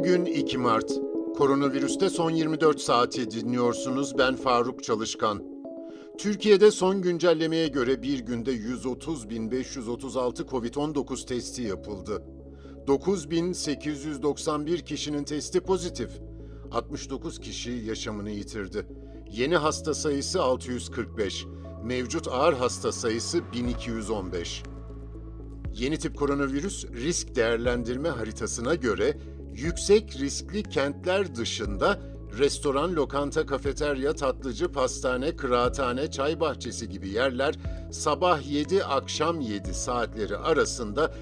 Bugün 2 Mart. Koronavirüste son 24 saati dinliyorsunuz. Ben Faruk Çalışkan. Türkiye'de son güncellemeye göre bir günde 130.536 COVID-19 testi yapıldı. 9.891 kişinin testi pozitif. 69 kişi yaşamını yitirdi. Yeni hasta sayısı 645. Mevcut ağır hasta sayısı 1215. Yeni tip koronavirüs risk değerlendirme haritasına göre yüksek riskli kentler dışında restoran, lokanta, kafeterya, tatlıcı, pastane, kıraathane, çay bahçesi gibi yerler sabah 7, akşam 7 saatleri arasında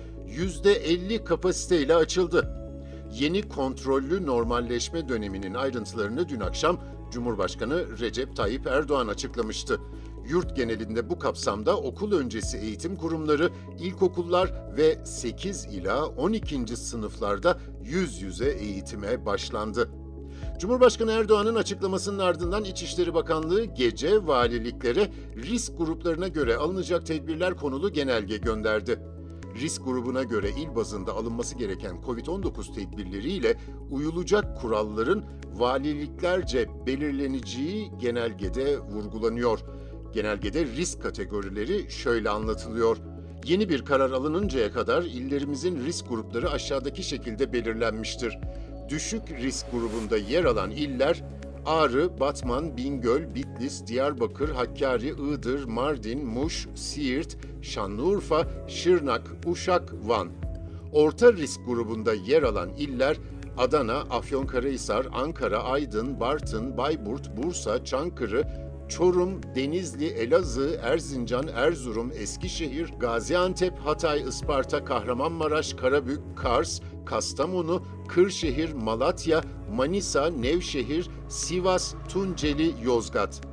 %50 kapasiteyle açıldı. Yeni kontrollü normalleşme döneminin ayrıntılarını dün akşam Cumhurbaşkanı Recep Tayyip Erdoğan açıklamıştı. Yurt genelinde bu kapsamda okul öncesi eğitim kurumları, ilkokullar ve 8 ila 12. sınıflarda yüz yüze eğitime başlandı. Cumhurbaşkanı Erdoğan'ın açıklamasının ardından İçişleri Bakanlığı gece valiliklere risk gruplarına göre alınacak tedbirler konulu genelge gönderdi. Risk grubuna göre il bazında alınması gereken COVID-19 tedbirleriyle uyulacak kuralların valiliklerce belirleneceği genelgede vurgulanıyor. Genelgede risk kategorileri şöyle anlatılıyor. Yeni bir karar alınıncaya kadar illerimizin risk grupları aşağıdaki şekilde belirlenmiştir. Düşük risk grubunda yer alan iller Ağrı, Batman, Bingöl, Bitlis, Diyarbakır, Hakkari, Iğdır, Mardin, Muş, Siirt, Şanlıurfa, Şırnak, Uşak, Van. Orta risk grubunda yer alan iller Adana, Afyonkarahisar, Ankara, Aydın, Bartın, Bayburt, Bursa, Çankırı, Çorum, Denizli, Elazığ, Erzincan, Erzurum, Eskişehir, Gaziantep, Hatay, Isparta, Kahramanmaraş, Karabük, Kars, Kastamonu, Kırşehir, Malatya, Manisa, Nevşehir, Sivas, Tunceli, Yozgat.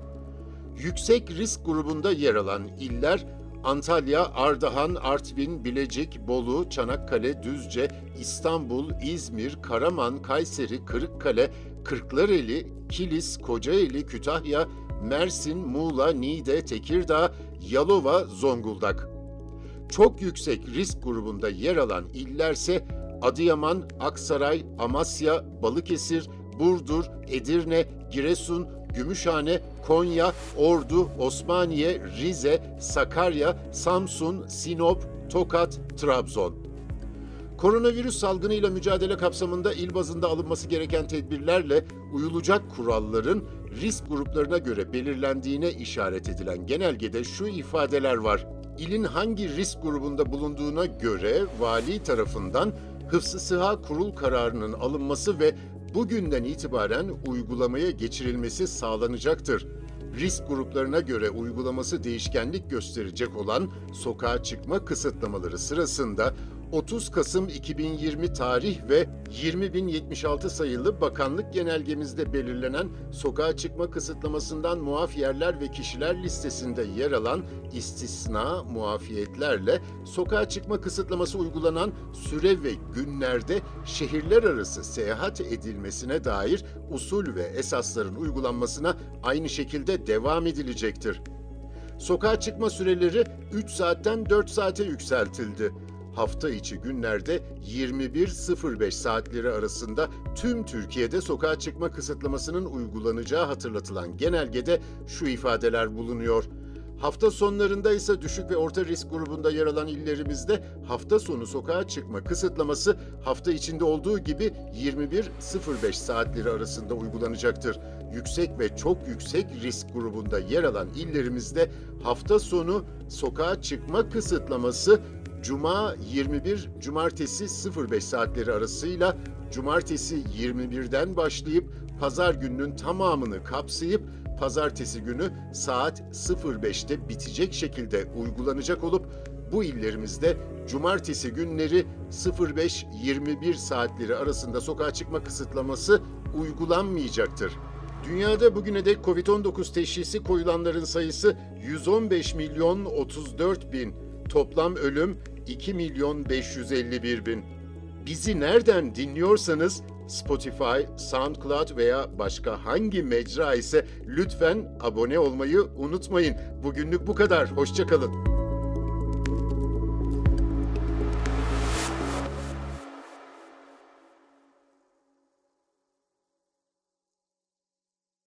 Yüksek risk grubunda yer alan iller Antalya, Ardahan, Artvin, Bilecik, Bolu, Çanakkale, Düzce, İstanbul, İzmir, Karaman, Kayseri, Kırıkkale, Kırklareli, Kilis, Kocaeli, Kütahya, Mersin, Muğla, Niğde, Tekirdağ, Yalova, Zonguldak. Çok yüksek risk grubunda yer alan illerse Adıyaman, Aksaray, Amasya, Balıkesir, Burdur, Edirne, Giresun, Gümüşhane, Konya, Ordu, Osmaniye, Rize, Sakarya, Samsun, Sinop, Tokat, Trabzon. Koronavirüs salgınıyla mücadele kapsamında il bazında alınması gereken tedbirlerle uyulacak kuralların risk gruplarına göre belirlendiğine işaret edilen genelgede şu ifadeler var. İlin hangi risk grubunda bulunduğuna göre vali tarafından Hıfzı Sıha Kurul kararının alınması ve bugünden itibaren uygulamaya geçirilmesi sağlanacaktır. Risk gruplarına göre uygulaması değişkenlik gösterecek olan sokağa çıkma kısıtlamaları sırasında 30 Kasım 2020 tarih ve 20.076 sayılı bakanlık genelgemizde belirlenen sokağa çıkma kısıtlamasından muaf yerler ve kişiler listesinde yer alan istisna muafiyetlerle sokağa çıkma kısıtlaması uygulanan süre ve günlerde şehirler arası seyahat edilmesine dair usul ve esasların uygulanmasına aynı şekilde devam edilecektir. Sokağa çıkma süreleri 3 saatten 4 saate yükseltildi. Hafta içi günlerde 21.05 saatleri arasında tüm Türkiye'de sokağa çıkma kısıtlamasının uygulanacağı hatırlatılan genelgede şu ifadeler bulunuyor. Hafta sonlarında ise düşük ve orta risk grubunda yer alan illerimizde hafta sonu sokağa çıkma kısıtlaması hafta içinde olduğu gibi 21.05 saatleri arasında uygulanacaktır. Yüksek ve çok yüksek risk grubunda yer alan illerimizde hafta sonu sokağa çıkma kısıtlaması Cuma 21, Cumartesi 05 saatleri arasıyla Cumartesi 21'den başlayıp Pazar gününün tamamını kapsayıp Pazartesi günü saat 05'te bitecek şekilde uygulanacak olup bu illerimizde Cumartesi günleri 05-21 saatleri arasında sokağa çıkma kısıtlaması uygulanmayacaktır. Dünyada bugüne dek COVID-19 teşhisi koyulanların sayısı 115.034.000. Toplam ölüm 2.551.000. Bizi nereden dinliyorsanız Spotify, SoundCloud veya başka hangi mecra ise lütfen abone olmayı unutmayın. Bugünlük bu kadar. Hoşça kalın.